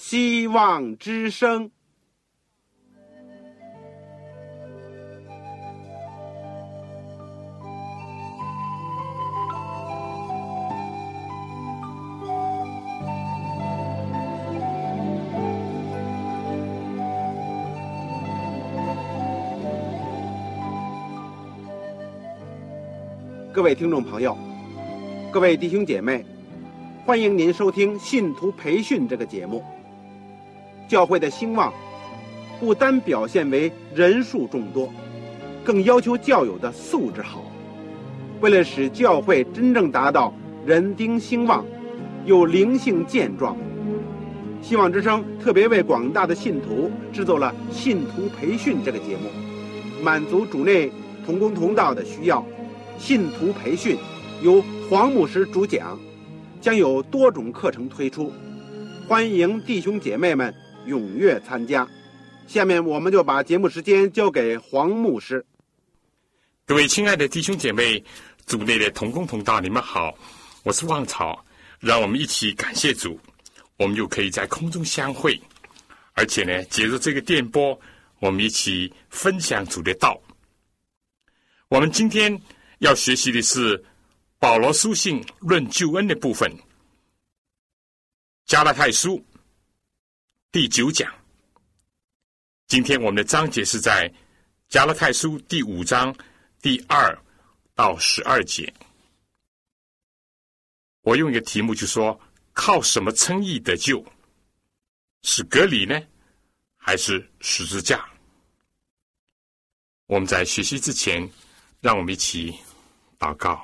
希望之声。各位听众朋友，各位弟兄姐妹，欢迎您收听信徒培训这个节目。教会的兴旺不单表现为人数众多，更要求教友的素质好。为了使教会真正达到人丁兴旺又灵性健壮，希望之声特别为广大的信徒制作了信徒培训这个节目，满足主内同工同道的需要。信徒培训由黄牧师主讲，将有多种课程推出，欢迎弟兄姐妹们踊跃参加。下面我们就把节目时间交给黄牧师。 各位亲爱的弟兄姐妹，主内的同工同道，你们好，我是旺草。让我们一起感谢主，我们又可以在空中相会，而且呢，借着这个电波，我们一起分享主的道。我们今天要学习的是保罗书信论救恩的部分，加拉太书第9讲。今天我们的章节是在加拉太书第5章第2到12节。我用一个题目就说，靠什么称义得救？是割礼呢，还是十字架？我们在学习之前，让我们一起祷告。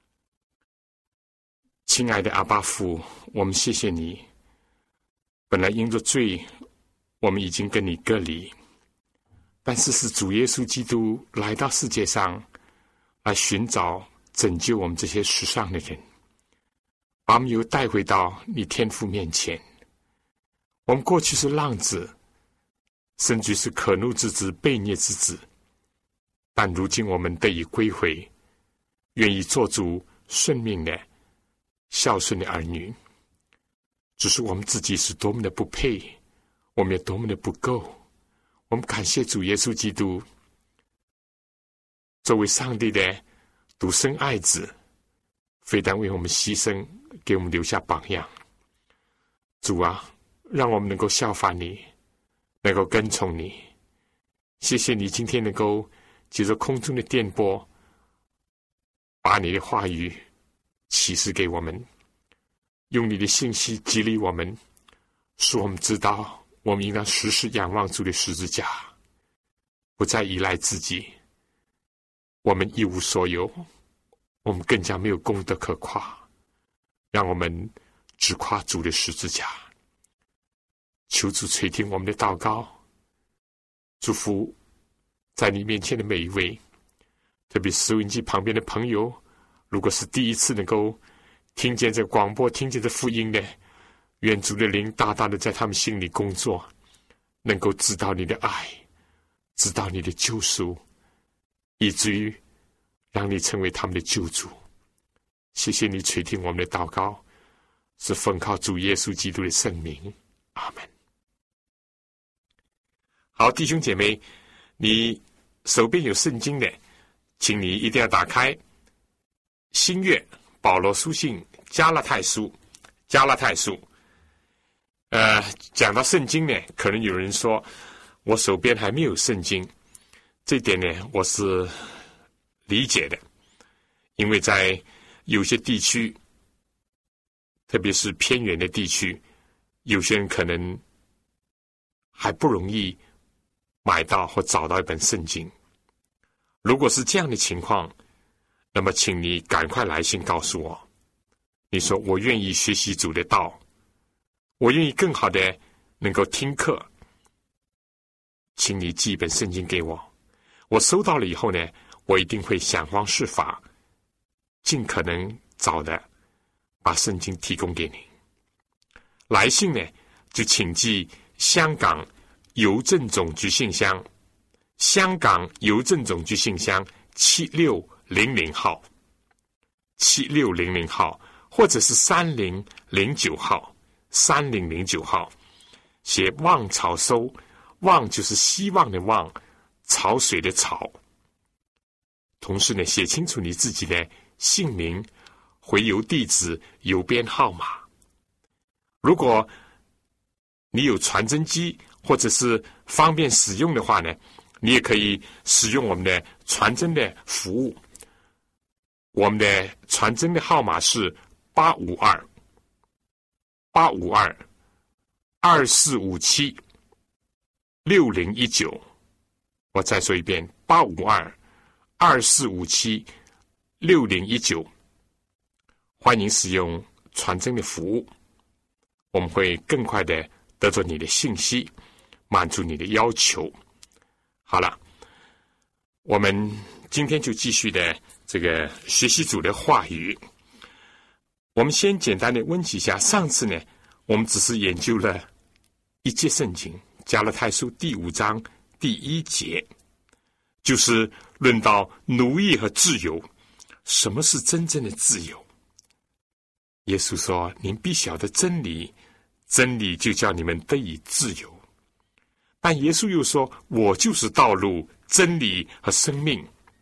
亲爱的阿爸父，我们谢谢你，本来因着罪，我们已经跟你割离，但是主耶稣基督来到世界上，来寻找拯救我们这些世上的人，把我们又带回到你天父面前。我们过去是浪子，甚至是可怒之子、悖逆之子，但如今我们得以归回，愿意做主顺命的孝顺的儿女。只是我们自己是多么的不配，我们也多么的不够。我们感谢主耶稣基督，作为上帝的独生爱子，非但为我们牺牲，给我们留下榜样。主啊，让我们能够效法你，能够跟从你。谢谢你今天能够借着空中的电波，把你的话语启示给我们，用你的信息激励我们，使我们知道我们应当时时仰望主的十字架，不再依赖自己。我们一无所有，我们更加没有功德可夸，让我们只夸主的十字架。求主垂听我们的祷告，祝福在你面前的每一位，特别收音机旁边的朋友，如果是第一次能够听见这广播，听见这福音的，愿主的灵大大的在他们心里工作，能够知道你的爱，知道你的救赎，以至于让你成为他们的救主。谢谢你垂听我们的祷告，是奉靠主耶稣基督的圣名，阿们。好，弟兄姐妹，你手边有圣经的，请你一定要打开新约保罗书信加拉太书。讲到圣经呢，可能有人说我手边还没有圣经，这点呢我是理解的，因为在有些地区，特别是偏远的地区，有些人可能还不容易买到或找到一本圣经。如果是这样的情况，那么请你赶快来信告诉我，你说我愿意学习主的道，我愿意更好的能够听课，请你寄一本圣经给我。我收到了以后呢，我一定会想方设法，尽可能早的把圣经提供给你。来信呢，就请寄香港邮政总局信箱，香港邮政总局信箱7600号，7600号，或者是3009号，3009号。 写望草收，望就是希望的望，潮水的潮。同时呢，写清楚你自己的姓名、回邮地址、邮编号码。如果你有传真机或者是方便使用的话呢，你也可以使用我们的传真的服务。我们的传真的号码是852-2457-6019。我再说一遍，852-2457-6019。欢迎使用传真的服务，我们会更快的得到你的信息，满足你的要求。好了，我们今天就继续的这个学习主的话语。我们先简单的温习一下，上次呢，我们只是研究了一节圣经，加拉太书第5章第1节，就是论到奴役和自由，什么是真正的自由？耶稣说：“您必晓得真理，真理就叫你们得以自由。”但耶稣又说：“我就是道路、真理和生命。”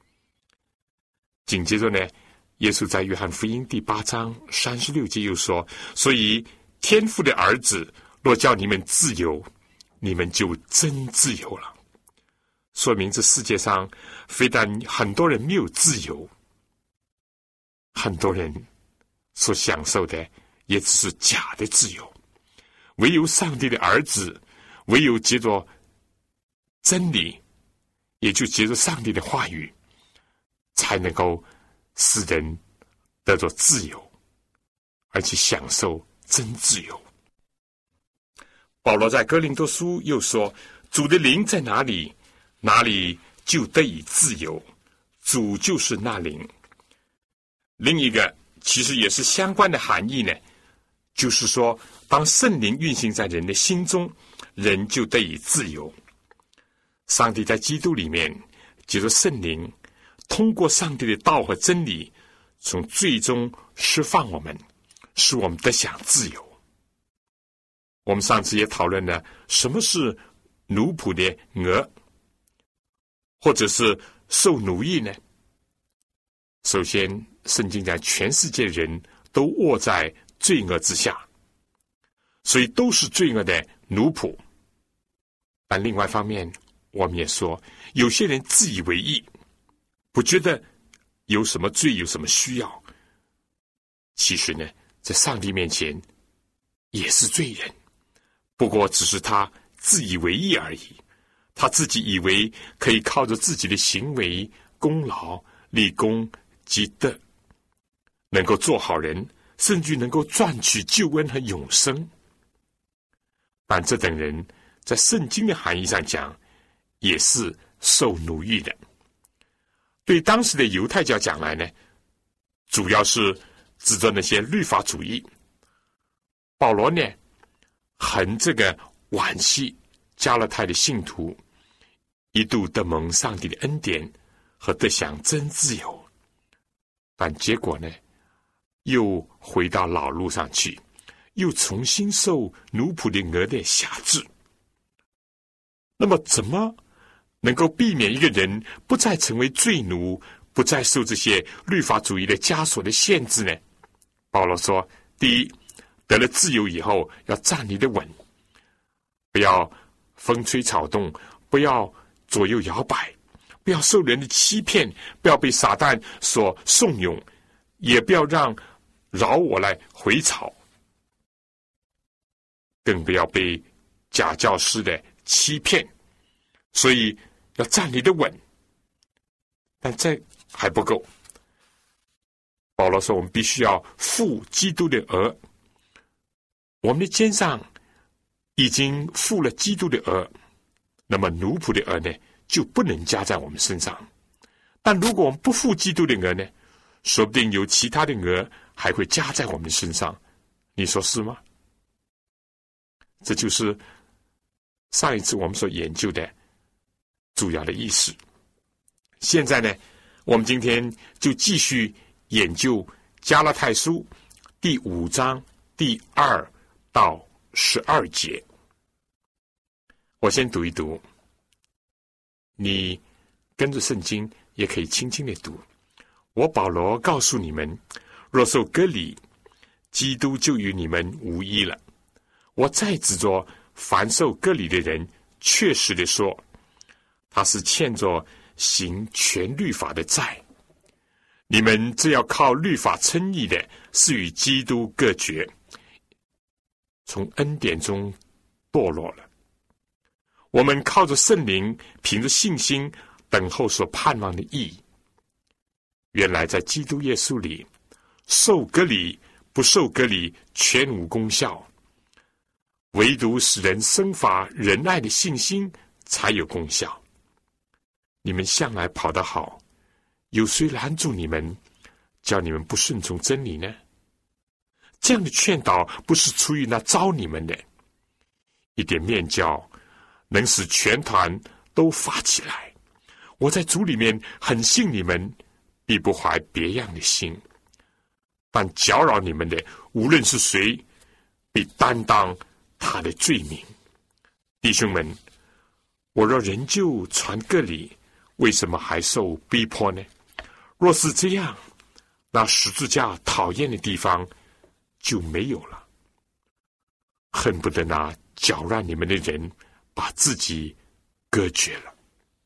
紧接着呢，耶稣在约翰福音第8章36节又说：“所以天父的儿子若叫你们自由，你们就真自由了。”说明这世界上非但很多人没有自由，很多人所享受的也只是假的自由。唯有上帝的儿子，唯有借着真理，也就借着上帝的话语，才能够使人得着自由，而且享受真自由。保罗在哥林多书又说：“主的灵在哪里，哪里就得以自由。主就是那灵。”另一个其实也是相关的含义呢，就是说，当圣灵运行在人的心中，人就得以自由。上帝在基督里面，借着圣灵，通过上帝的道和真理，从罪中释放我们，使我们得享自由。我们上次也讨论了什么是奴仆的軛，或者是受奴役呢？首先，圣经讲全世界人都握在罪恶之下，所以都是罪恶的奴仆。但另外一方面，我们也说，有些人自以为义，不觉得有什么罪，有什么需要。其实呢，在上帝面前也是罪人，不过只是他自以为义而已。他自己以为可以靠着自己的行为、功劳、立功积德，能够做好人，甚至能够赚取救恩和永生。但这等人在圣经的含义上讲，也是受奴役的。对当时的犹太教讲来呢，主要是指着那些律法主义。保罗呢，很这个惋惜加拉太的信徒一度得蒙上帝的恩典和得享真自由，但结果呢，又回到老路上去，又重新受奴仆的軛的辖制。那么怎么能够避免一个人不再成为罪奴，不再受这些律法主义的枷锁的限制呢？保罗说，第一，得了自由以后要站立得稳，不要风吹草动，不要左右摇摆，不要受人的欺骗，不要被撒旦所怂恿，也不要让饶我来回吵，更不要被假教师的欺骗。所以要站立得稳，但这还不够。保罗说，我们必须要负基督的軛。我们的肩上已经负了基督的軛，那么奴仆的軛呢，就不能加在我们身上。但如果我们不负基督的軛呢，说不定有其他的軛还会加在我们身上。你说是吗？这就是上一次我们所研究的主要的意思。现在呢，我们今天就继续研究加拉太书第5章第2到12节。 我先读一读，你跟着圣经也可以轻轻的读。我保罗告诉你们，若受割礼，基督就与你们无异了。我再指着凡受割礼的人，确实的说，他是欠着行全律法的债。你们这要靠律法称义的，是与基督隔绝，从恩典中堕落了。我们靠着圣灵，凭着信心等候所盼望的义。原来在基督耶稣里，受割礼不受割礼全无功效，唯独使人生发仁爱的信心才有功效。你们向来跑得好，有谁拦住你们，叫你们不顺从真理呢？这样的劝导不是出于那招你们的，一点面教能使全团都发起来。我在主里面很信你们，必不怀别样的心，但搅扰你们的无论是谁，必担当他的罪名。弟兄们，我若仍旧传割礼，为什么还受逼迫呢？若是这样，那十字架讨厌的地方就没有了。恨不得那搅乱你们的人把自己隔绝了。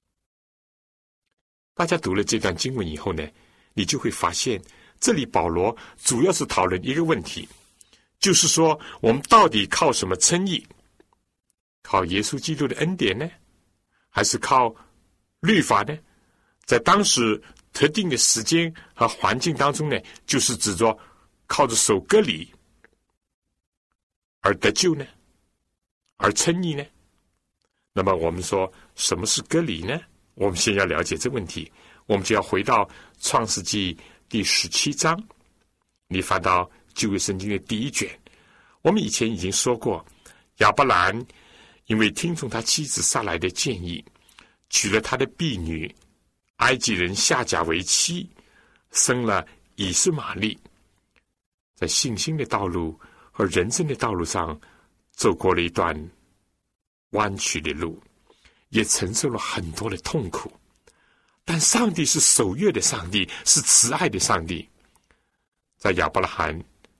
大家读了这段经文以后呢，你就会发现，这里保罗主要是讨论一个问题，就是说我们到底靠什么称义？靠耶稣基督的恩典呢，还是靠律法呢？在当时特定的时间和环境当中呢，就是指着靠着守割礼而得救呢，而称义呢？那么我们说什么是割礼呢？我们先要了解这个问题，我们就要回到创世纪第17章，你翻到旧约圣经的第1卷。我们以前已经说过，亚伯兰因为听从他妻子撒来的建议，娶了他的婢女埃及人夏甲为妻，生了以斯玛利，在信心的道路和人生的道路上走过了一段弯曲的路，也承受了很多的痛苦。但上帝是守约的上帝，是慈爱的上帝。在亚伯拉罕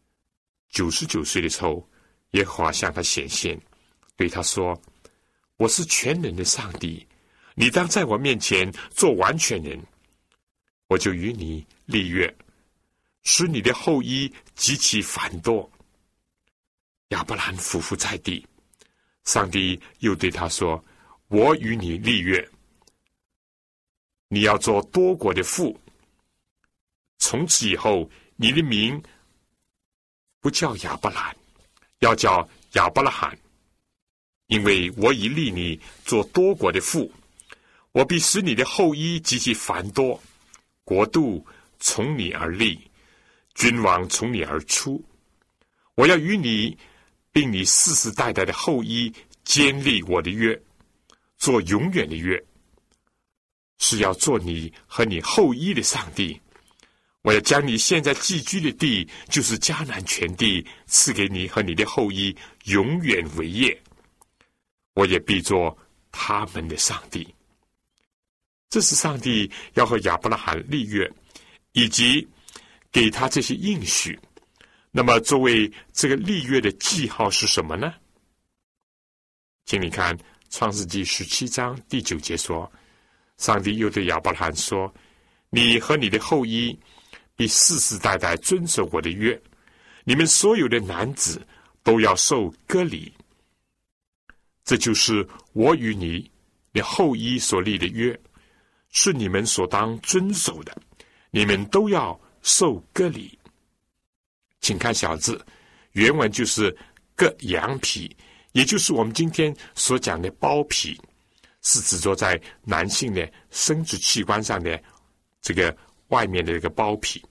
99岁的时候，耶和华向他显现，对他说，我是全能的上帝，你当在我面前做完全人，我就与你立约，使你的后裔极其繁多。亚伯兰俯伏在地，上帝又对他说，我与你立约，你要做多国的父，从此以后你的名不叫亚伯兰，要叫亚伯拉罕，因为我已立你做多国的父，我必使你的后裔极其繁多，国度从你而立，君王从你而出。我要与你并你世世代代的后裔坚立我的约，做永远的约，是要做你和你后裔的上帝。我要将你现在寄居的地，就是迦南全地，赐给你和你的后裔永远为业，我也必做他们的上帝。这是上帝要和亚伯拉罕立约，以及给他这些应许。那么作为这个立约的记号是什么呢？请你看创世纪17章第9节说，上帝又对亚伯拉罕说，你和你的后裔必世世代代遵守我的约，你们所有的男子都要受割礼，这就是我与你的后裔所立的约，是你们所当遵守的，你们都要受割礼。请看小字，原文就是割羊皮，也就是我们今天所讲的包皮，是指着在男性的生殖器官上的这个外面的这个包皮。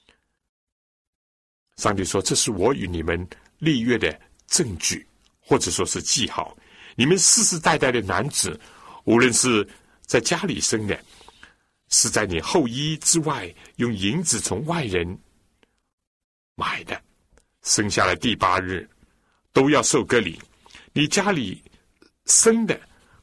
上帝说，这是我与你们立约的证据，或者说是记号。你们世世代代的男子，无论是在家里生的，是在你后裔之外用银子从外人买的，生下来第8日都要受割礼。你家里生的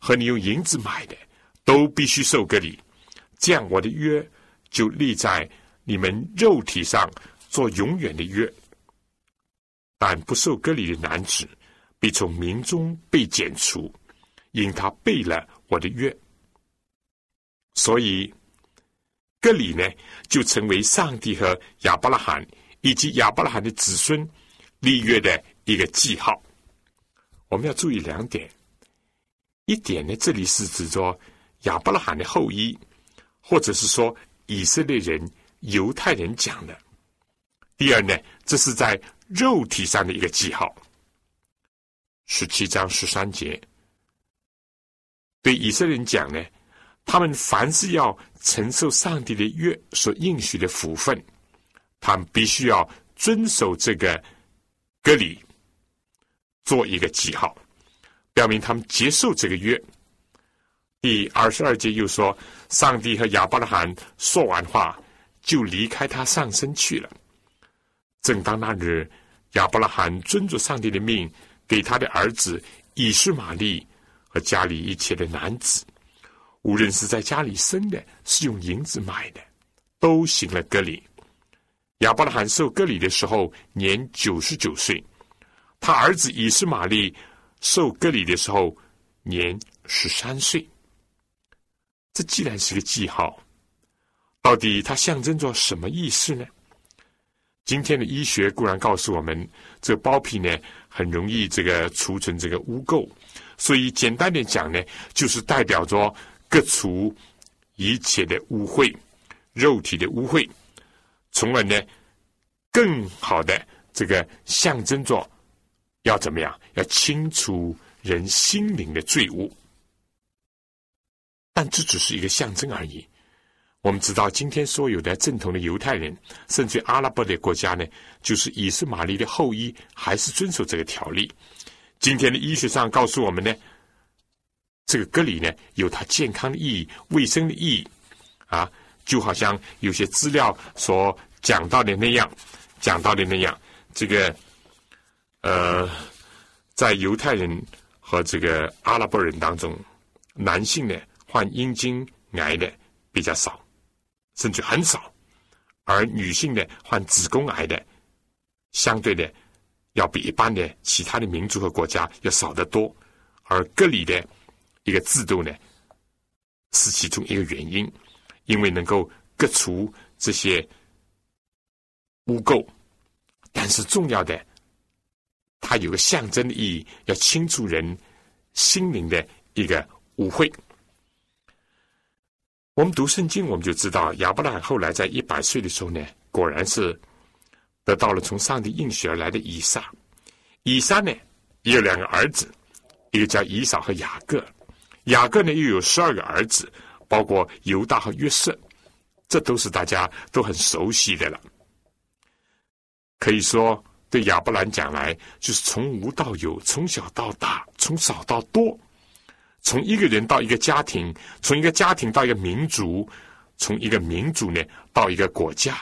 和你用银子买的，都必须受割礼。这样我的约就立在你们肉体上，做永远的约。但不受割礼的男子必从民中被剪除，因他背了我的约。所以割礼呢，就成为上帝和亚伯拉罕以及亚伯拉罕的子孙立约的一个记号。我们要注意两点。一点呢，这里是指着亚伯拉罕的后裔，或者是说以色列人、犹太人讲的。第二呢，这是在肉体上的一个记号。17章13节对以色列人讲呢，他们凡是要承受上帝的约所应许的福分，他们必须要遵守这个割礼，做一个记号，表明他们接受这个约。第22节又说，上帝和亚伯拉罕说完话，就离开他上升去了。正当那日，亚伯拉罕遵着上帝的命，给他的儿子以实玛利和家里一切的男子，无论是在家里生的，是用银子买的，都行了割礼。亚伯拉罕受割礼的时候年99岁，他儿子以实玛利受割礼的时候年13岁。这既然是个记号，到底它象征着什么意思呢？今天的医学固然告诉我们，这包皮呢很容易储存这个污垢，所以简单的讲呢，就是代表着割除一切的污秽，肉体的污秽，从而呢更好的象征着要怎么样？要清除人心灵的罪污。但这只是一个象征而已。我们知道，今天所有的正统的犹太人，甚至阿拉伯的国家呢，就是以实玛利的后裔，还是遵守这个条例。今天的医学上告诉我们呢，这个割礼呢，有它健康的意义、卫生的意义啊，就好像有些资料所讲到的那样，在犹太人和阿拉伯人当中，男性呢患阴茎癌的比较少，甚至很少，而女性呢患子宫癌的相对的要比一般的其他的民族和国家要少得多。而割礼的一个制度呢是其中一个原因，因为能够割除这些污垢。但是重要的，它有个象征的意义，要清除人心灵的一个污秽。我们读圣经，我们就知道亚伯拉罕后来在100岁的时候呢，果然是得到了从上帝应许而来的以撒。以撒呢也有2个儿子，一个叫以扫和雅各。雅各呢又有12个儿子，包括犹大和约瑟，这都是大家都很熟悉的了。可以说对亚伯兰讲来，就是从无到有，从小到大，从少到多，从一个人到一个家庭，从一个家庭到一个民族，从一个民族呢到一个国家。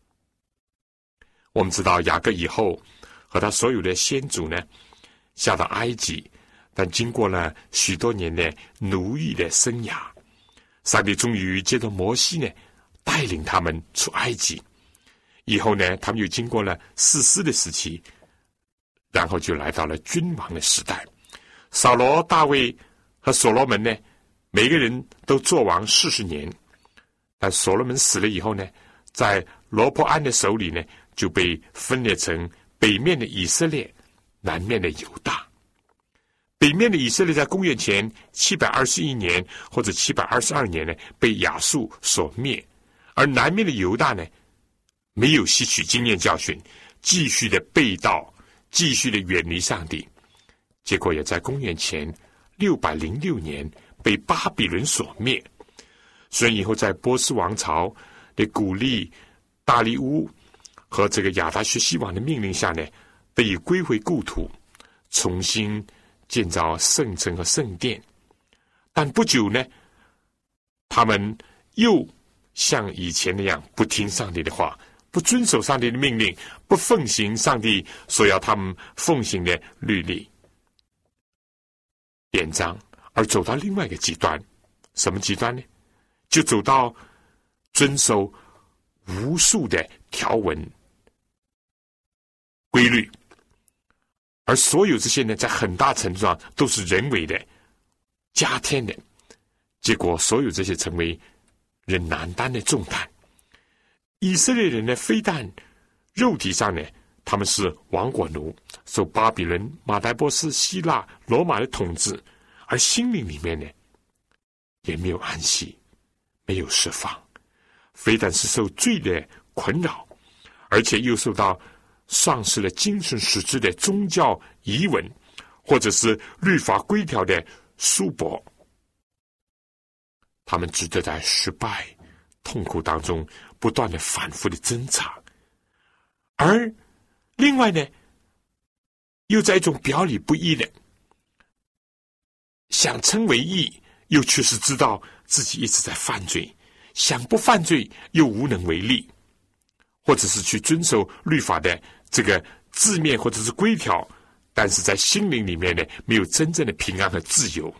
我们知道雅各以后和他所有的先祖呢下到埃及，但经过了许多年的奴役的生涯，上帝终于借着摩西呢带领他们出埃及。以后呢，他们又经过了士师的时期，然后就来到了君王的时代。扫罗、大卫和所罗门呢，每个人都做王40年。但所罗门死了以后呢，在罗波安的手里呢，就被分裂成北面的以色列，南面的犹大。北面的以色列在公元前721年或者722年呢，被亚述所灭，而南面的犹大呢，没有吸取经验教训，继续的背道，继续的远离上帝，结果也在公元前606年被巴比伦所灭。所以以后在波斯王朝的古利、大利乌和亚达薛西王的命令下呢，得以归回故土，重新建造圣城和圣殿。但不久呢，他们又像以前那样不听上帝的话，不遵守上帝的命令，不奉行上帝所要他们奉行的律例典章， 而走到另外一个极端。什么极端呢？就走到遵守无数的条文规律，而所有这些呢，在很大程度上都是人为的、加添的，结果所有这些成为人难担的重担。以色列人呢，非但肉体上呢，他们是亡国奴，受巴比伦、马代波斯、希腊、罗马的统治，而心灵里面呢，也没有安息，没有释放，非但是受罪的困扰，而且又受到丧失了精神实质的宗教遗文，或者是律法规条的束缚。他们只得在失败、痛苦当中不断的反复的挣扎，而另外呢，又在一种表里不一的想称为义，又确实知道自己一直在犯罪，想不犯罪又无能为力，或者是去遵守律法的这个字面或者是规条，但是在心灵里面呢，没有真正的平安和自由。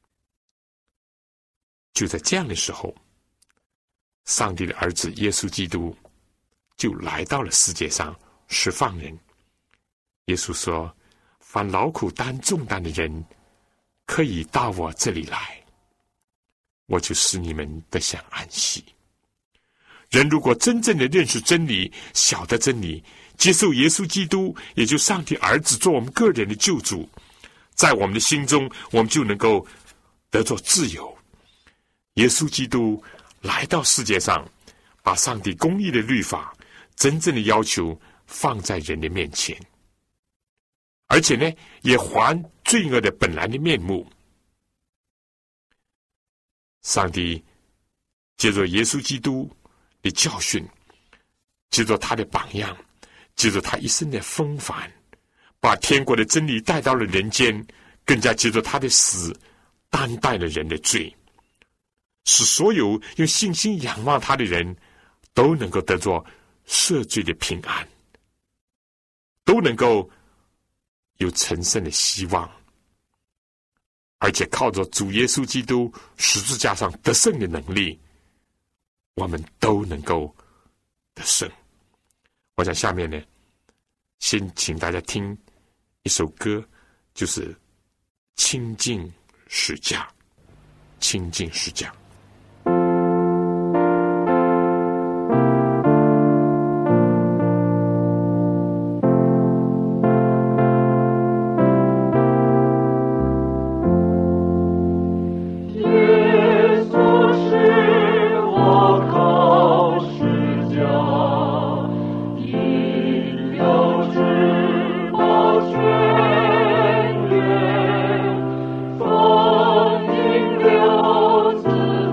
就在这样的时候，上帝的儿子耶稣基督就来到了世界上释放人。耶稣说：凡劳苦担重担的人，可以到我这里来，我就使你们得享安息。人如果真正的认识真理，晓得真理，接受耶稣基督，也就上帝儿子做我们个人的救主，在我们的心中，我们就能够得着自由。耶稣基督来到世界上，把上帝公义的律法真正的要求放在人的面前，而且呢，也还罪恶的本来的面目。上帝借着耶稣基督的教训，借着他的榜样，借着他一生的风帆，把天国的真理带到了人间，更加借着他的死担待了人的罪，使所有用信心仰望他的人都能够得着赦罪的平安，都能够有成圣的希望，而且靠着主耶稣基督十字架上得胜的能力，我们都能够得胜。我想下面呢，先请大家听一首歌，就是亲近十架，亲近十架。 风景留子。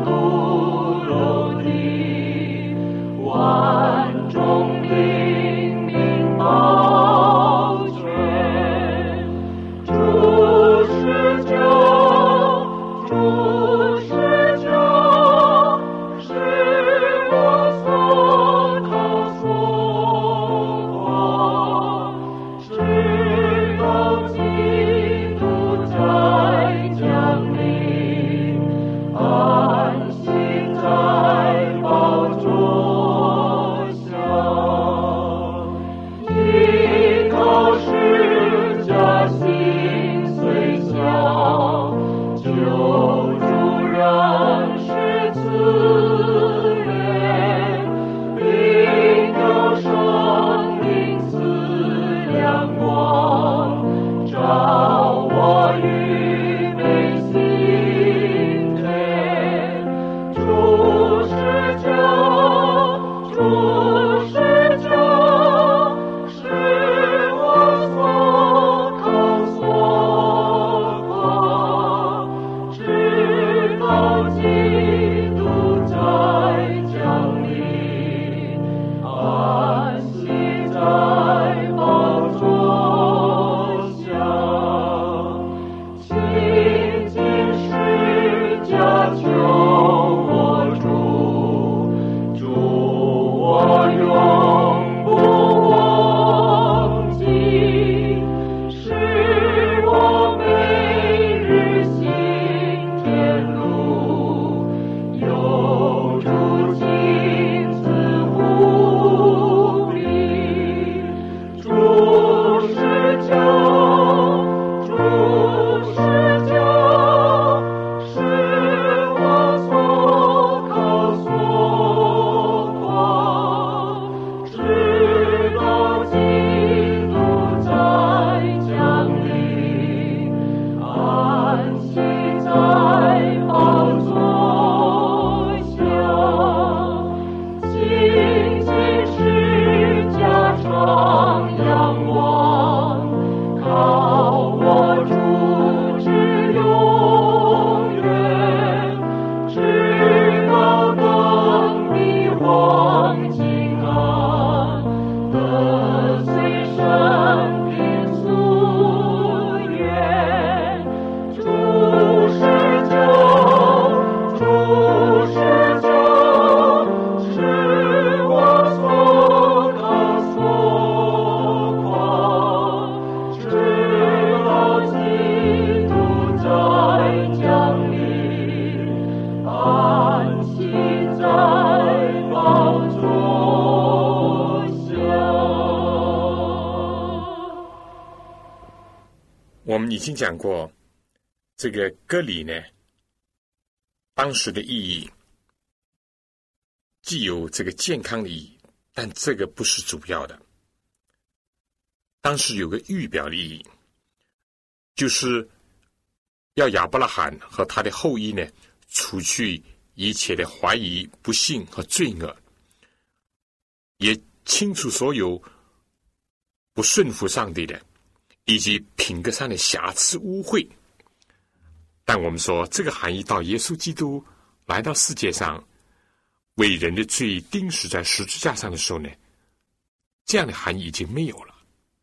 经讲过，这个割礼呢，当时的意义既有这个健康的意义，但这个不是主要的。当时有个预表的意义，就是要亚伯拉罕和他的后裔呢，除去一切的怀疑、不信和罪恶，也清除所有不顺服上帝的，以及品格上的瑕疵污秽。但我们说，这个含义到耶稣基督来到世界上，为人的罪钉死在十字架上的时候呢，这样的含义已经没有了。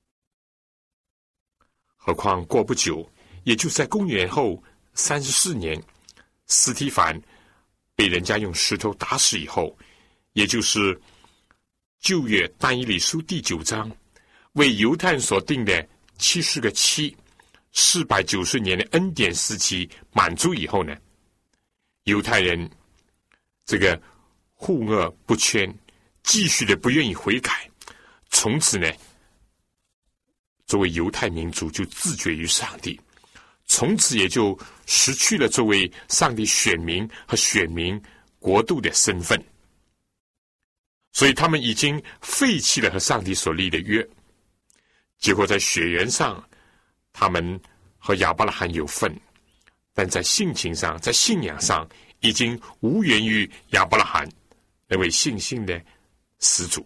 何况过不久，也就在公元后34年，司提反被人家用石头打死以后，也就是旧约但以理书第9章为犹太人所定的70个期490年的恩典时期满足以后呢，犹太人这个护恶不圈，继续的不愿意悔改，从此呢，作为犹太民族就自绝于上帝，从此也就失去了作为上帝选民和选民国度的身份。所以他们已经废弃了和上帝所立的约，结果在血缘上他们和亚伯拉罕有份，但在性情上，在信仰上已经无缘于亚伯拉罕那位信心的始祖。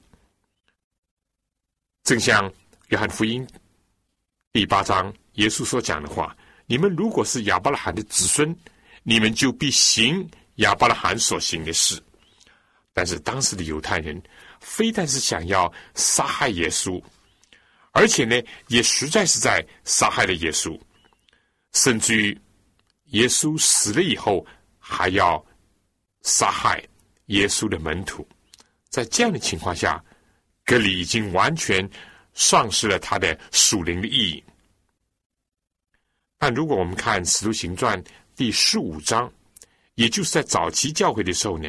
正像约翰福音第8章耶稣所讲的话，你们如果是亚伯拉罕的子孙，你们就必行亚伯拉罕所行的事。但是当时的犹太人非但是想要杀害耶稣，而且呢，也实在是在杀害了耶稣，甚至于耶稣死了以后，还要杀害耶稣的门徒。在这样的情况下，割礼已经完全丧失了它的属灵的意义。但如果我们看《使徒行传》第15章，也就是在早期教会的时候呢，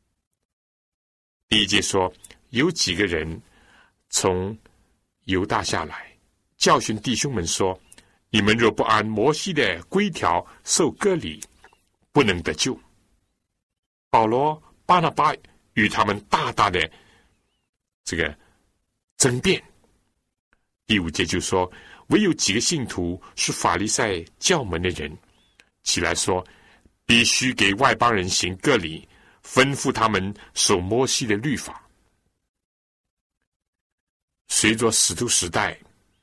第1节说，有几个人从犹大下来，教训弟兄们说，你们若不按摩西的规条受割礼，不能得救。保罗、巴拿巴与他们大大的这个争辩。第5节就说，唯有几个信徒是法利赛教门的人，起来说，必须给外邦人行割礼，吩咐他们守摩西的律法。随着使徒时代，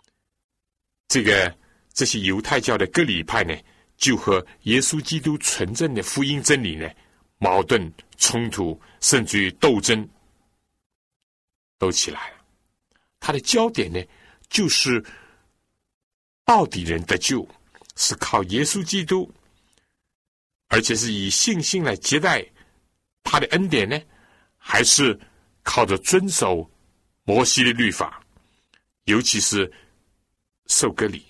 这些犹太教的割礼派呢，就和耶稣基督纯正的福音真理呢，矛盾冲突，甚至于斗争都起来了。它的焦点呢，就是到底人得救是靠耶稣基督，而且是以信心来接待他的恩典呢，还是靠着遵守摩西的律法，尤其是受割礼？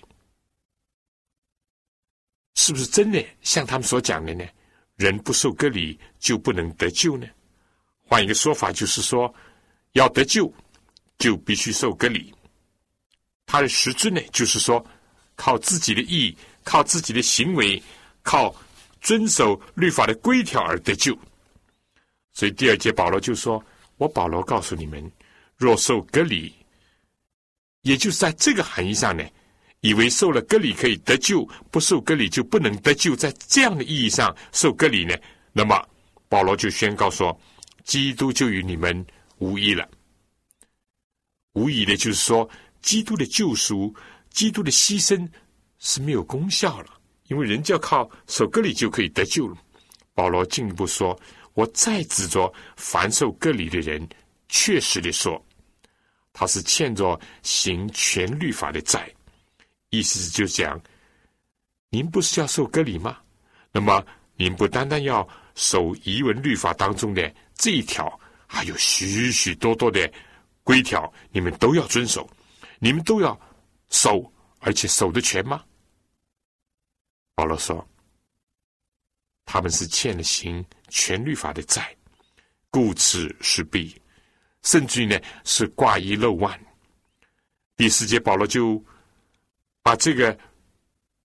是不是真的像他们所讲的呢？人不受割礼就不能得救呢？换一个说法就是说，要得救就必须受割礼。他的实质呢，就是说靠自己的义，靠自己的行为，靠遵守律法的规条而得救。所以第2节保罗就说，我保罗告诉你们，若受割礼，也就是在这个含义上呢，以为受了割礼可以得救，不受割礼就不能得救，在这样的意义上受割礼呢，那么保罗就宣告说，基督就与你们无异了。无异的就是说，基督的救赎，基督的牺牲是没有功效了，因为人就要靠受割礼就可以得救了。保罗进一步说，我再指着凡受割礼的人，确实的说，他是欠着行全律法的债。意思就讲，您不是要受割礼吗？那么您不单单要守遗文律法当中的这一条，还有许许多多的规条，你们都要遵守，你们都要守，而且守得全吗？保罗说，他们是欠了行全律法的债，故此是必，甚至于呢是挂衣漏万。第4节保罗就把这个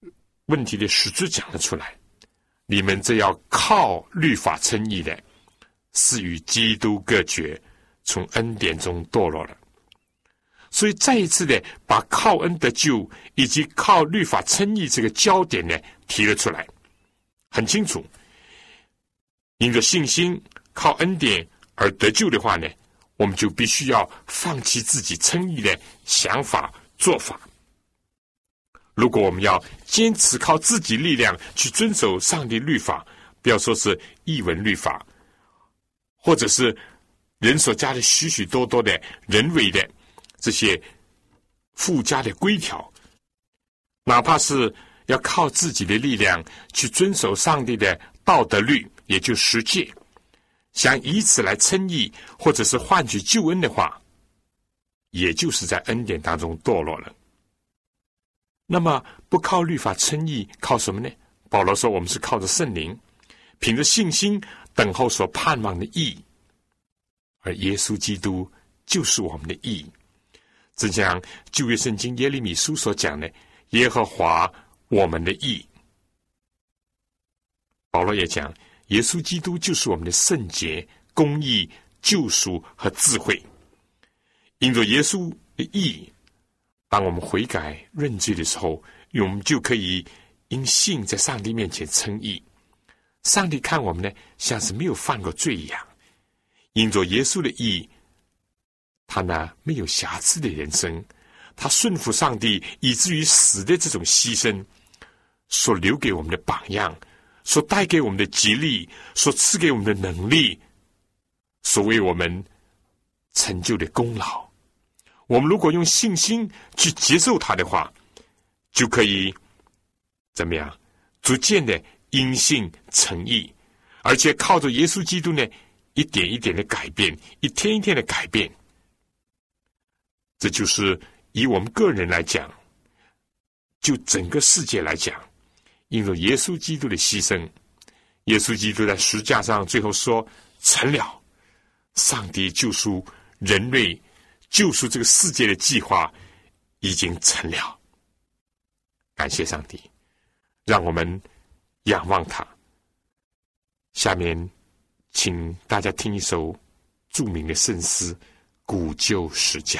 问题的实质讲了出来。你们这要靠律法称义的，是与基督隔绝，从恩典中堕落了。所以再一次的把靠恩得救以及靠律法称义这个焦点呢提了出来，很清楚。因着信心靠恩典而得救的话呢，我们就必须要放弃自己称义的想法做法。如果我们要坚持靠自己力量去遵守上帝律法，不要说是译文律法，或者是人所加的许许多多的人为的这些附加的规条，哪怕是要靠自己的力量去遵守上帝的道德律，也就十诫，想以此来称义或者是换取救恩的话，也就是在恩典当中堕落了。那么不靠律法称义，靠什么呢？保罗说我们是靠着圣灵，凭着信心等候所盼望的义，而耶稣基督就是我们的义。正像旧约圣经耶利米书所讲的，耶和华我们的义。保罗也讲，耶稣基督就是我们的圣洁、公义、救赎和智慧。因着耶稣的义，当我们悔改认罪的时候，我们就可以因信在上帝面前称义。上帝看我们呢，像是没有犯过罪一样。因着耶稣的义，他那没有瑕疵的人生，他顺服上帝以至于死的这种牺牲，所留给我们的榜样，所带给我们的激励，所赐给我们的能力，所为我们成就的功劳，我们如果用信心去接受它的话，就可以怎么样？逐渐的因信成义，而且靠着耶稣基督呢，一点一点的改变，一天一天的改变。这就是以我们个人来讲，就整个世界来讲，因为耶稣基督的牺牲，耶稣基督在十字架上最后说成了，上帝救赎人类、救赎这个世界的计划已经成了。感谢上帝，让我们仰望他。下面请大家听一首著名的圣诗《古旧十架》。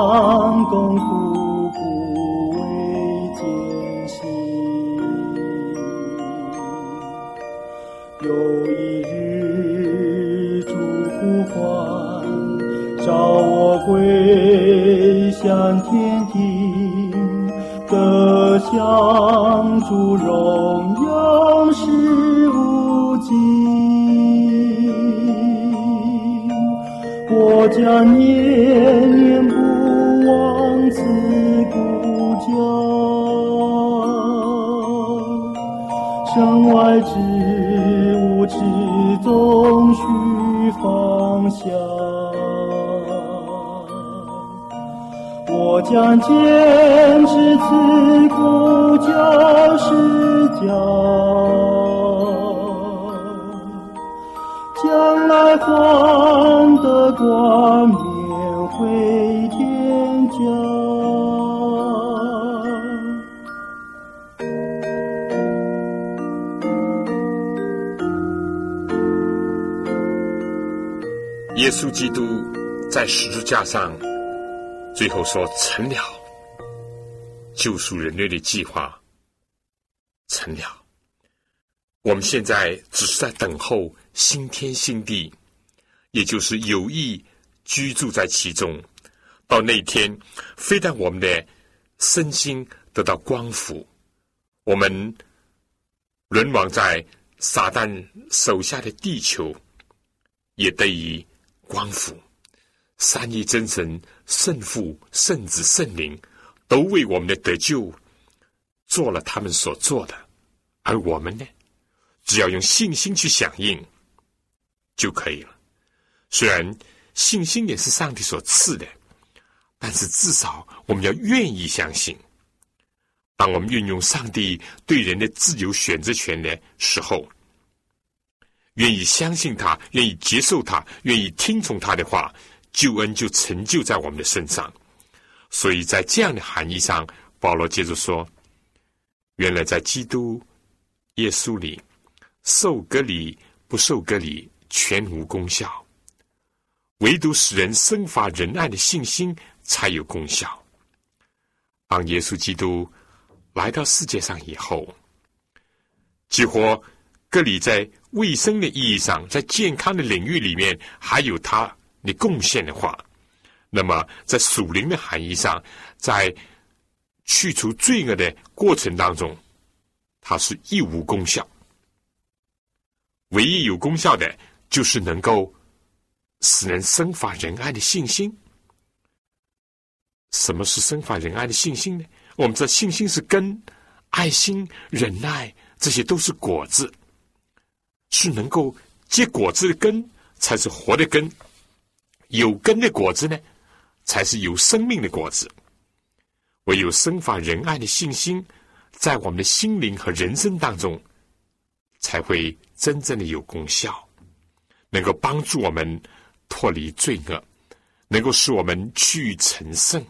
共苦不畏艰辛， 有一日主呼唤，召我归向天庭，得享主荣耀是无尽。我将念念不忘此故乡，身外之物始终须放下。我将坚持此故教是教，将来换得冠冕回天家。 耶稣基督在十字架上最后说成了，救赎人类的计划成了。我们现在只是在等候新天新地，也就是有意居住在其中。到那天，非但我们的身心得到光复，我们沦亡在撒旦手下的地球也得以光复。三一真神、圣父、圣子、圣灵都为我们的得救做了他们所做的，而我们呢，只要用信心去响应就可以了。虽然信心也是上帝所赐的，但是至少我们要愿意相信。当我们运用上帝对人的自由选择权的时候，愿意相信他，愿意接受他，愿意听从他的话，救恩就成就在我们的身上。所以在这样的含义上，保罗接着说，原来在基督耶稣里，受割礼不受割礼全无功效，唯独使人生发仁爱的信心才有功效。当耶稣基督来到世界上以后，几乎割礼在卫生的意义上，在健康的领域里面还有他的贡献的话，那么在属灵的含义上，在去除罪恶的过程当中，它是一无功效。唯一有功效的就是能够使人生发仁爱的信心。什么是生发仁爱的信心呢？我们知道信心是根，爱心、忍耐，这些都是果子，是能够结果子的根，才是活的根。有根的果子呢，才是有生命的果子。唯有生发仁爱的信心，在我们的心灵和人生当中，才会真正的有功效，能够帮助我们脱离罪恶，能够使我们趋于成圣。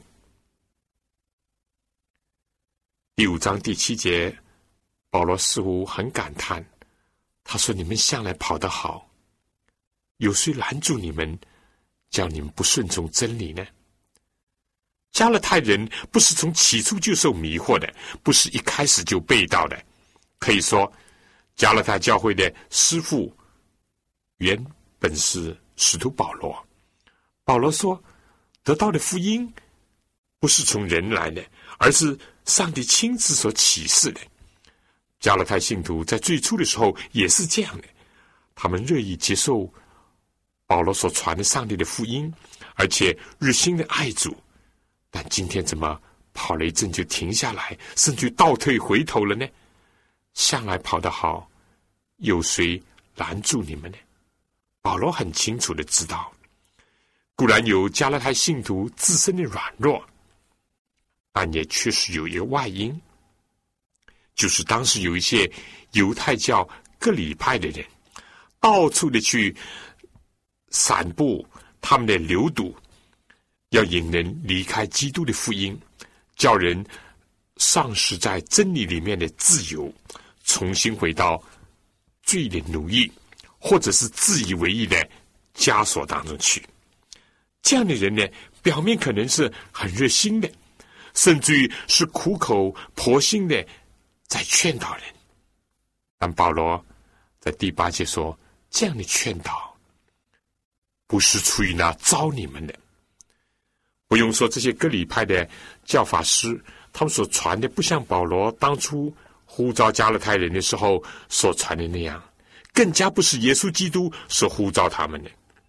第5章第7节，保罗似乎很感叹，他说：你们向来跑得好，有谁拦住你们，叫你们不顺从真理呢？加勒太人不是从起初就受迷惑的，不是一开始就背道的。可以说，加勒太教会的师父原本是使徒保罗。保罗说，得到的福音不是从人来的，而是上帝亲自所启示的。加勒太信徒在最初的时候也是这样的，他们乐意接受保罗所传的上帝的福音，而且热心的爱主。但今天怎么跑了一阵就停下来，甚至倒退回头了呢？向来跑得好，有谁拦住你们呢？保罗很清楚的知道，固然有加勒太信徒自身的软弱，但也确实有一个外因，就是当时有一些犹太教割礼派的人，到处的去散布他们的流毒，要引人离开基督的福音，叫人丧失在真理里面的自由，重新回到罪的奴役，或者是自以为意的枷锁当中去。这样的人呢，表面可能是很热心的，甚至于是苦口婆心的在劝导人，但保罗在第8节说，这样的劝导不是出于那招你们的。不用说这些革礼派的教法师，他们所传的不像保罗当初呼召加勒太人的时候所传的那样，更加不是耶稣基督所呼召他们的。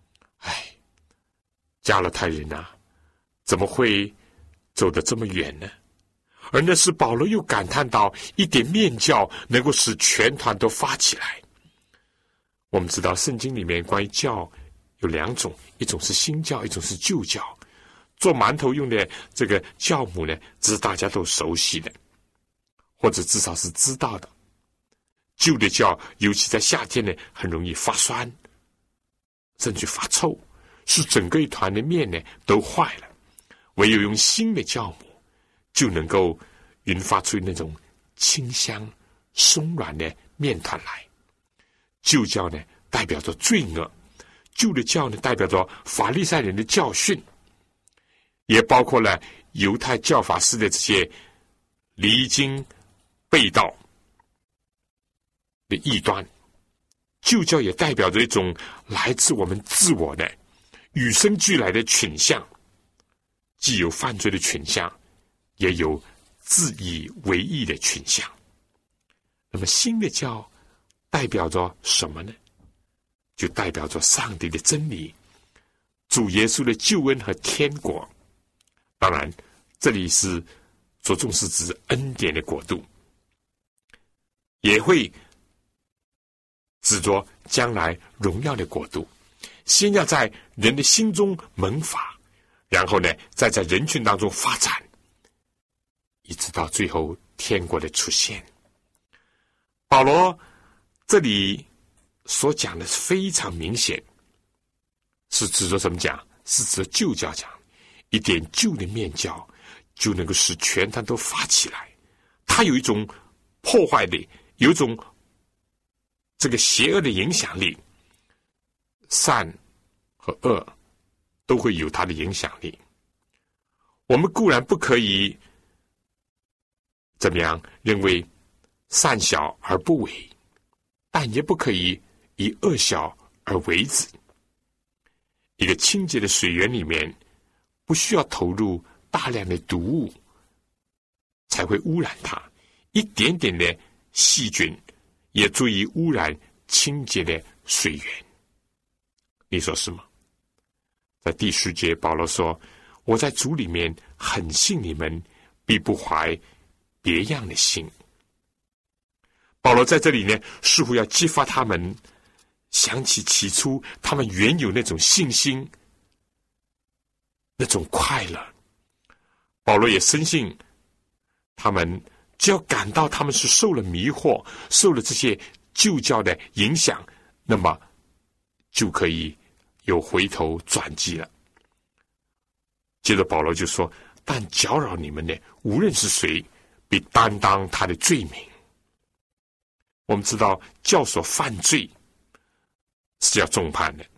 加勒太人啊，怎么会走得这么远呢？而那时保罗又感叹到，一点面教能够使全团都发起来。我们知道圣经里面关于教有2种，一种是新教，一种是旧教。做馒头用的这个酵母呢，这是大家都熟悉的，或者至少是知道的。旧的酵尤其在夏天呢，很容易发酸，甚至发臭，使整个一团的面呢都坏了。唯有用新的酵母，就能够引发出那种清香松软的面团来。旧教呢代表着罪恶，旧的教呢代表着法利赛人的教训，也包括了犹太教法师的这些离经背道的异端。旧教也代表着一种来自我们自我的与生俱来的倾向，既有犯罪的倾向，也有自以为义的倾向。那么新的教代表着什么呢？就代表着上帝的真理，主耶稣的救恩和天国。当然这里是着重是指恩典的国度，也会指着将来荣耀的国度。先要在人的心中萌发，然后呢再在人群当中发展，一直到最后天国的出现。保罗这里所讲的是非常明显，是指着什么讲？是指着旧教讲，一点旧的面教就能够使全团都发起来。它有一种破坏力，有一种这个邪恶的影响力，善和恶都会有它的影响力。我们固然不可以怎么样认为善小而不为，但也不可以以恶小而为之。一个清洁的水源里面不需要投入大量的毒物才会污染它，一点点的细菌也足以污染清洁的水源。你说是吗？在第10节保罗说，我在主里面很信你们，必不怀别样的心。保罗在这里呢，似乎要激发他们想起起初他们原有那种信心，那种快乐。保罗也深信他们只要感到他们是受了迷惑，受了这些旧教的影响，那么就可以有回头转机了。接着保罗就说，但搅扰你们的无论是谁，必担当他的罪名。我们知道教所犯罪是要重判的。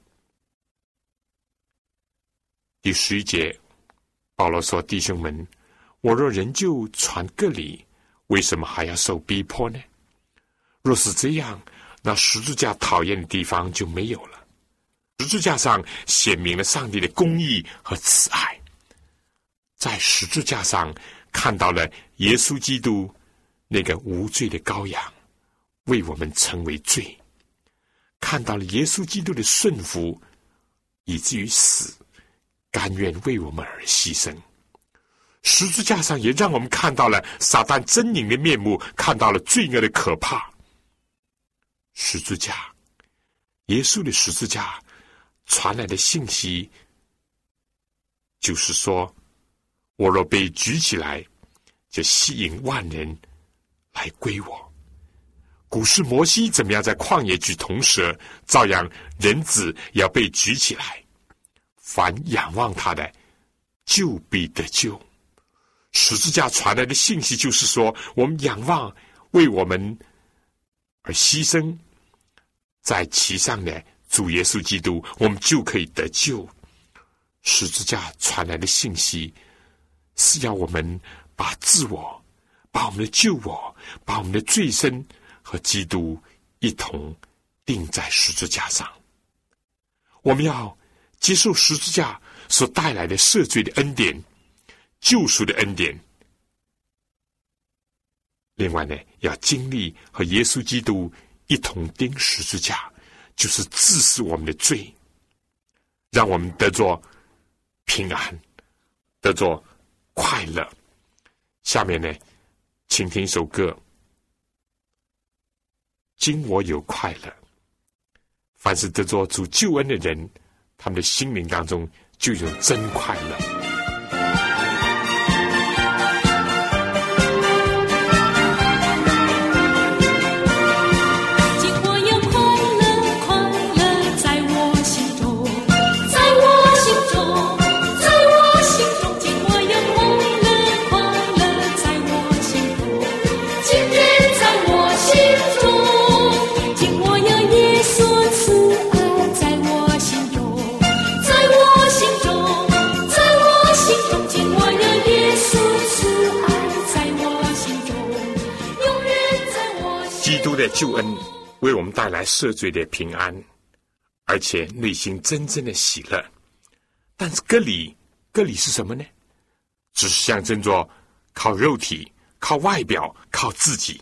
第11节保罗说，弟兄们，我若仍旧传各理，为什么还要受逼迫呢？若是这样，那十字架讨厌的地方就没有了。十字架上显明了上帝的公义和慈爱，在十字架上看到了耶稣基督那个无罪的羔羊为我们成为罪，看到了耶稣基督的顺服，以至于死，甘愿为我们而牺牲。十字架上也让我们看到了撒旦狰狞的面目，看到了罪恶的可怕。十字架，耶稣的十字架传来的信息就是说，我若被举起来，就吸引万人来归我。古时摩西怎么样在旷野举铜蛇，照样人子也要被举起来，凡仰望他的就必得救。十字架传来的信息就是说，我们仰望为我们而牺牲在其上的主耶稣基督，我们就可以得救。十字架传来的信息是要我们把自我，把我们的旧我，把我们的罪身和基督一同钉在十字架上。我们要接受十字架所带来的赦罪的恩典、救赎的恩典。另外呢，要经历和耶稣基督一同钉十字架，就是治死我们的罪，让我们得着平安，得着快乐。下面呢，请听一首歌，今我有快乐。凡是得着主救恩的人，他们的心灵当中就有真快乐。基督的救恩为我们带来赦罪的平安，而且内心真正的喜乐。但是割礼是什么呢？只是象征着靠肉体、靠外表、靠自己，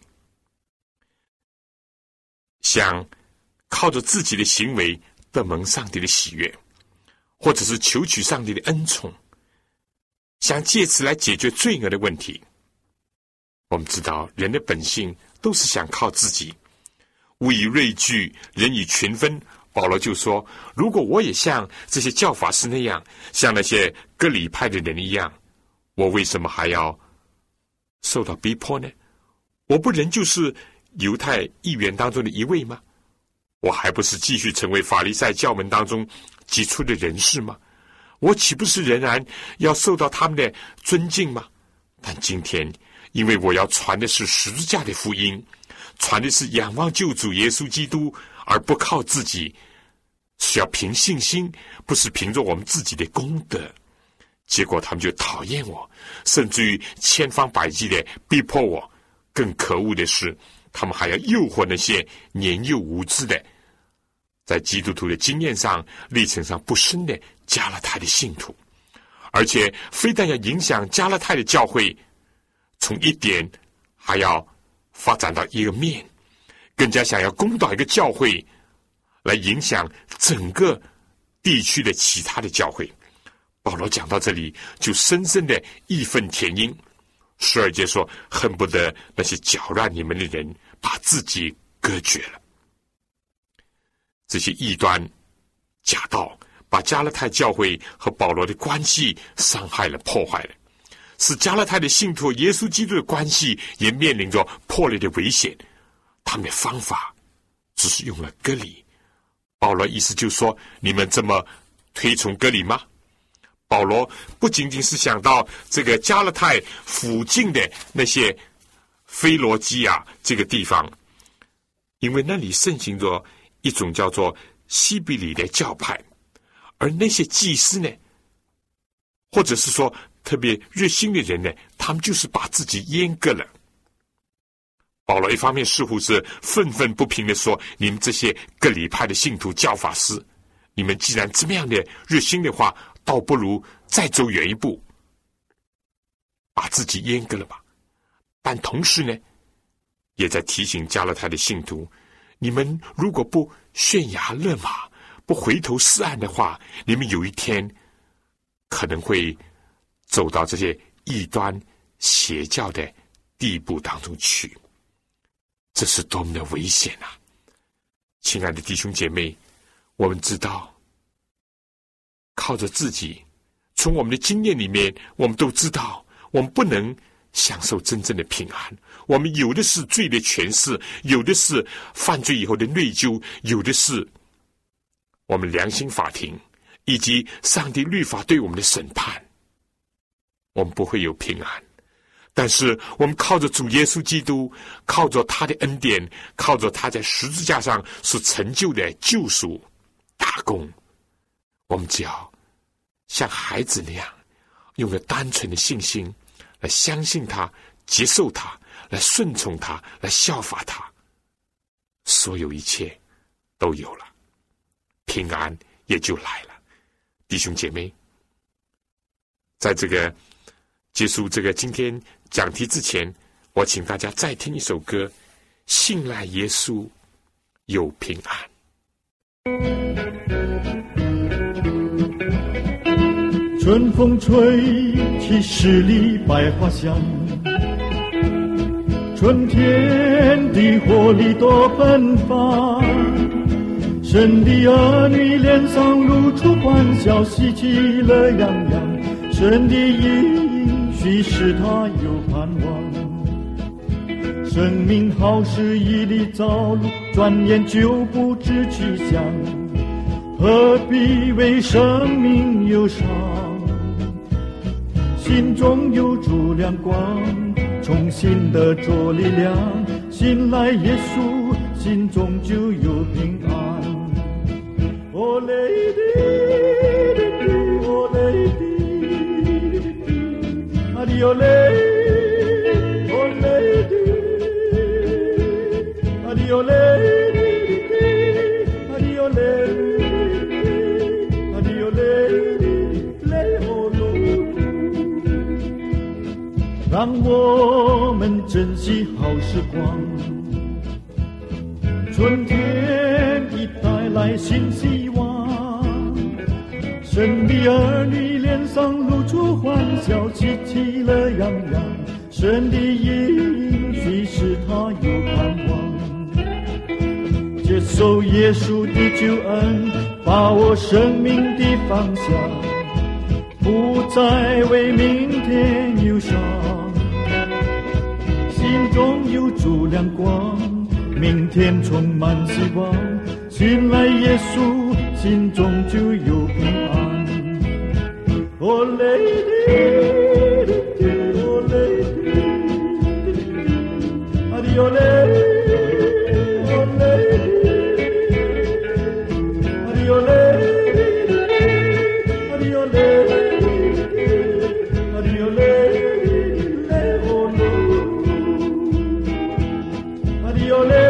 想靠着自己的行为得蒙上帝的喜悦，或者是求取上帝的恩宠，想借此来解决罪恶的问题。我们知道人的本性都是想靠自己，物以类聚，人以群分。保罗就说，如果我也像这些教法师那样，像那些割礼派的人一样，我为什么还要受到逼迫呢？我不仍旧犹太议员当中的一位吗？我还不是继续成为法利赛教门当中杰出的人士吗？我岂不是仍然要受到他们的尊敬吗？但今天因为我要传的是十字架的福音，传的是仰望救主耶稣基督，而不靠自己，是要凭信心，不是凭着我们自己的功德。结果他们就讨厌我，甚至于千方百计的逼迫我。更可恶的是，他们还要诱惑那些年幼无知的，在基督徒的经验上、历程上不深的加拉太的信徒，而且非但要影响加拉太的教会，从一点还要发展到一个面，更加想要攻倒一个教会，来影响整个地区的其他的教会。保罗讲到这里，就深深的义愤填膺。12节说，恨不得那些搅乱你们的人把自己隔绝了。这些异端假道把加拉太教会和保罗的关系伤害了、破坏了，使加拉太的信徒耶稣基督的关系也面临着破裂的危险。他们的方法只是用了割礼。保罗意思就是说，你们这么推崇割礼吗？保罗不仅仅是想到这个加拉太附近的那些腓罗基亚这个地方，因为那里盛行着一种叫做西比里的教派，而那些祭司呢，或者是说特别热心的人呢，他们就是把自己阉割了。保罗一方面似乎是愤愤不平的说，你们这些割礼派的信徒、教法师，你们既然这么样的热心的话，倒不如再走远一步，把自己阉割了吧。但同时呢，也在提醒加拉太的信徒，你们如果不悬崖勒马，不回头是岸的话，你们有一天可能会走到这些异端邪教的地步当中去。这是多么的危险啊！亲爱的弟兄姐妹，我们知道靠着自己，从我们的经验里面，我们都知道我们不能享受真正的平安。我们有的是罪的权势，有的是犯罪以后的内疚，有的是我们良心法庭以及上帝律法对我们的审判。我们不会有平安，但是我们靠着主耶稣基督，靠着他的恩典，靠着他在十字架上所成就的救赎大功，我们只要像孩子那样，用了单纯的信心来相信他，接受他，来顺从他，来效法他，所有一切都有了，平安也就来了。弟兄姐妹，在这个结束这个今天讲题之前，我请大家再听一首歌，信赖耶稣有平安。 春风吹起十里百花香，春天的活力多奔放，神的儿女脸上露出欢笑，喜气乐洋洋，神的应许使他有盼望。生命好是一粒朝露，转眼就不知去向，何必为生命忧伤？心中有主亮光，重新得着力量，信赖耶稣，心中就有平安。哦嘞滴，哦嘞滴，啊哩哦嘞，哦嘞滴，啊哩哦嘞滴，啊哩哦嘞，啊哩哦嘞，嘞哦喽。让我们珍惜好时光，春天已带来新希望，神的儿女脸上露出欢笑，喜气乐洋洋，神的应许使他有盼望。接受耶稣的救恩，把握生命的方向，不再为明天忧伤，心中有主亮光，明天充满希望，信赖耶稣，心中就有平安。哦嘞滴，哦嘞滴，啊哩哦嘞，哦嘞滴，啊哩哦嘞，啊哩哦嘞，啊哩哦嘞，嘞哦喽，啊哩哦嘞。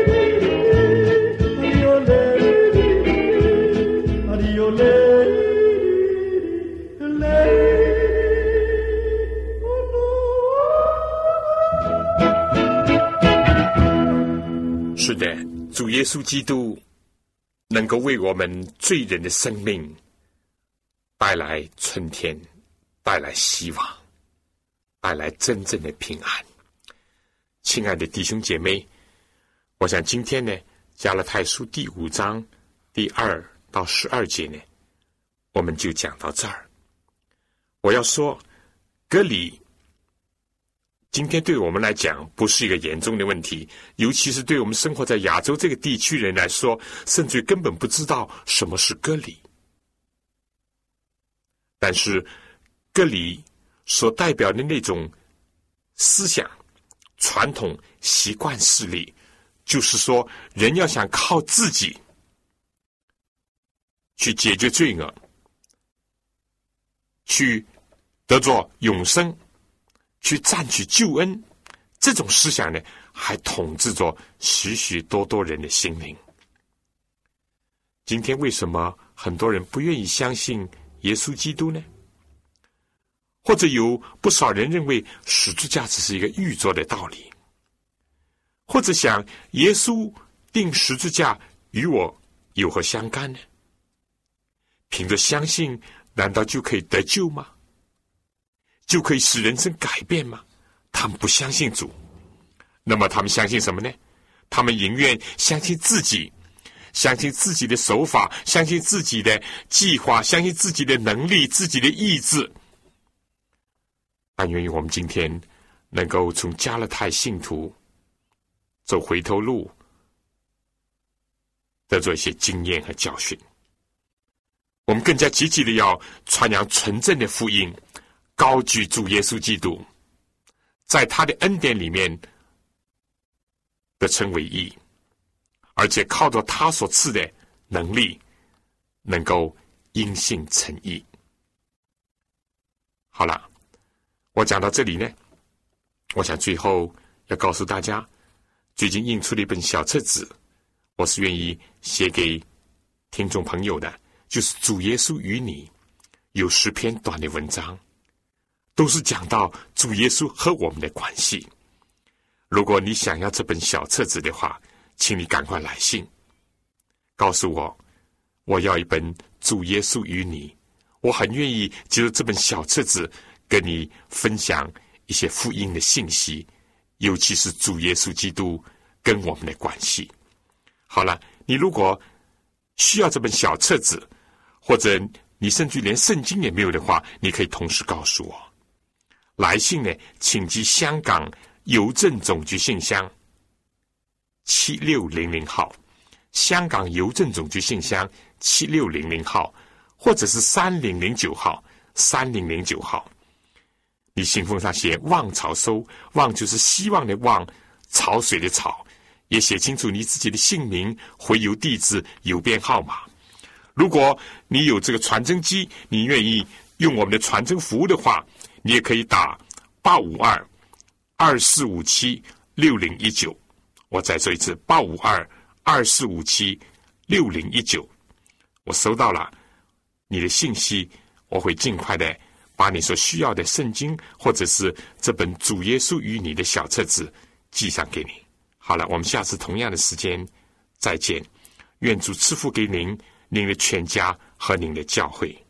是的，主耶稣基督能够为我们罪人的生命带来春天，带来希望，带来真正的平安。亲爱的弟兄姐妹，我想今天呢，加拉太书第5章第2到12节呢，我们就讲到这儿。我要说，割礼今天对我们来讲不是一个严重的问题，尤其是对我们生活在亚洲这个地区人来说，甚至根本不知道什么是割礼。但是割礼所代表的那种思想、传统、习惯势力，就是说人要想靠自己去解决罪恶，去得着永生，去占取救恩，这种思想呢，还统治着许许多多人的心灵。今天为什么很多人不愿意相信耶稣基督呢？或者有不少人认为十字架只是一个预作的道理，或者想耶稣钉十字架与我有何相干呢？凭着相信，难道就可以得救吗？就可以使人生改变吗？他们不相信主，那么他们相信什么呢？他们宁愿相信自己，相信自己的手法，相信自己的计划，相信自己的能力，自己的意志。但愿我们今天能够从加勒泰信徒走回头路，得着一些经验和教训。我们更加积极的要传扬纯正的福音，高举主耶稣基督，在他的恩典里面得称为义，而且靠着他所赐的能力，能够因信称义。好了，我讲到这里呢，我想最后要告诉大家，最近印出了一本小册子， 我是愿意写给听众朋友的，就是主耶稣与你，有10篇短的文章，都是讲到主耶稣和我们的关系。如果你想要这本小册子的话，请你赶快来信告诉我，我要一本主耶稣与你，我很愿意借助这本小册子跟你分享一些福音的信息，尤其是主耶稣基督跟我们的关系。好了，你如果需要这本小册子，或者你甚至连圣经也没有的话，你可以同时告诉我。来信呢，请寄香港邮政总局信箱7600号，香港邮政总局信箱7600号，或者是3009号3009号。你信封上写望潮收，望就是希望的望，潮水的潮，也写清楚你自己的姓名、回邮地址、邮编号码。如果你有这个传真机，你愿意用我们的传真服务的话，你也可以打852-2457-6019。我再说一次，852-2457-6019。我收到了你的信息，我会尽快的把你所需要的圣经，或者是这本主耶稣与你的小册子寄上给你。好了，我们下次同样的时间再见。愿主赐福给您、您的全家和您的教会。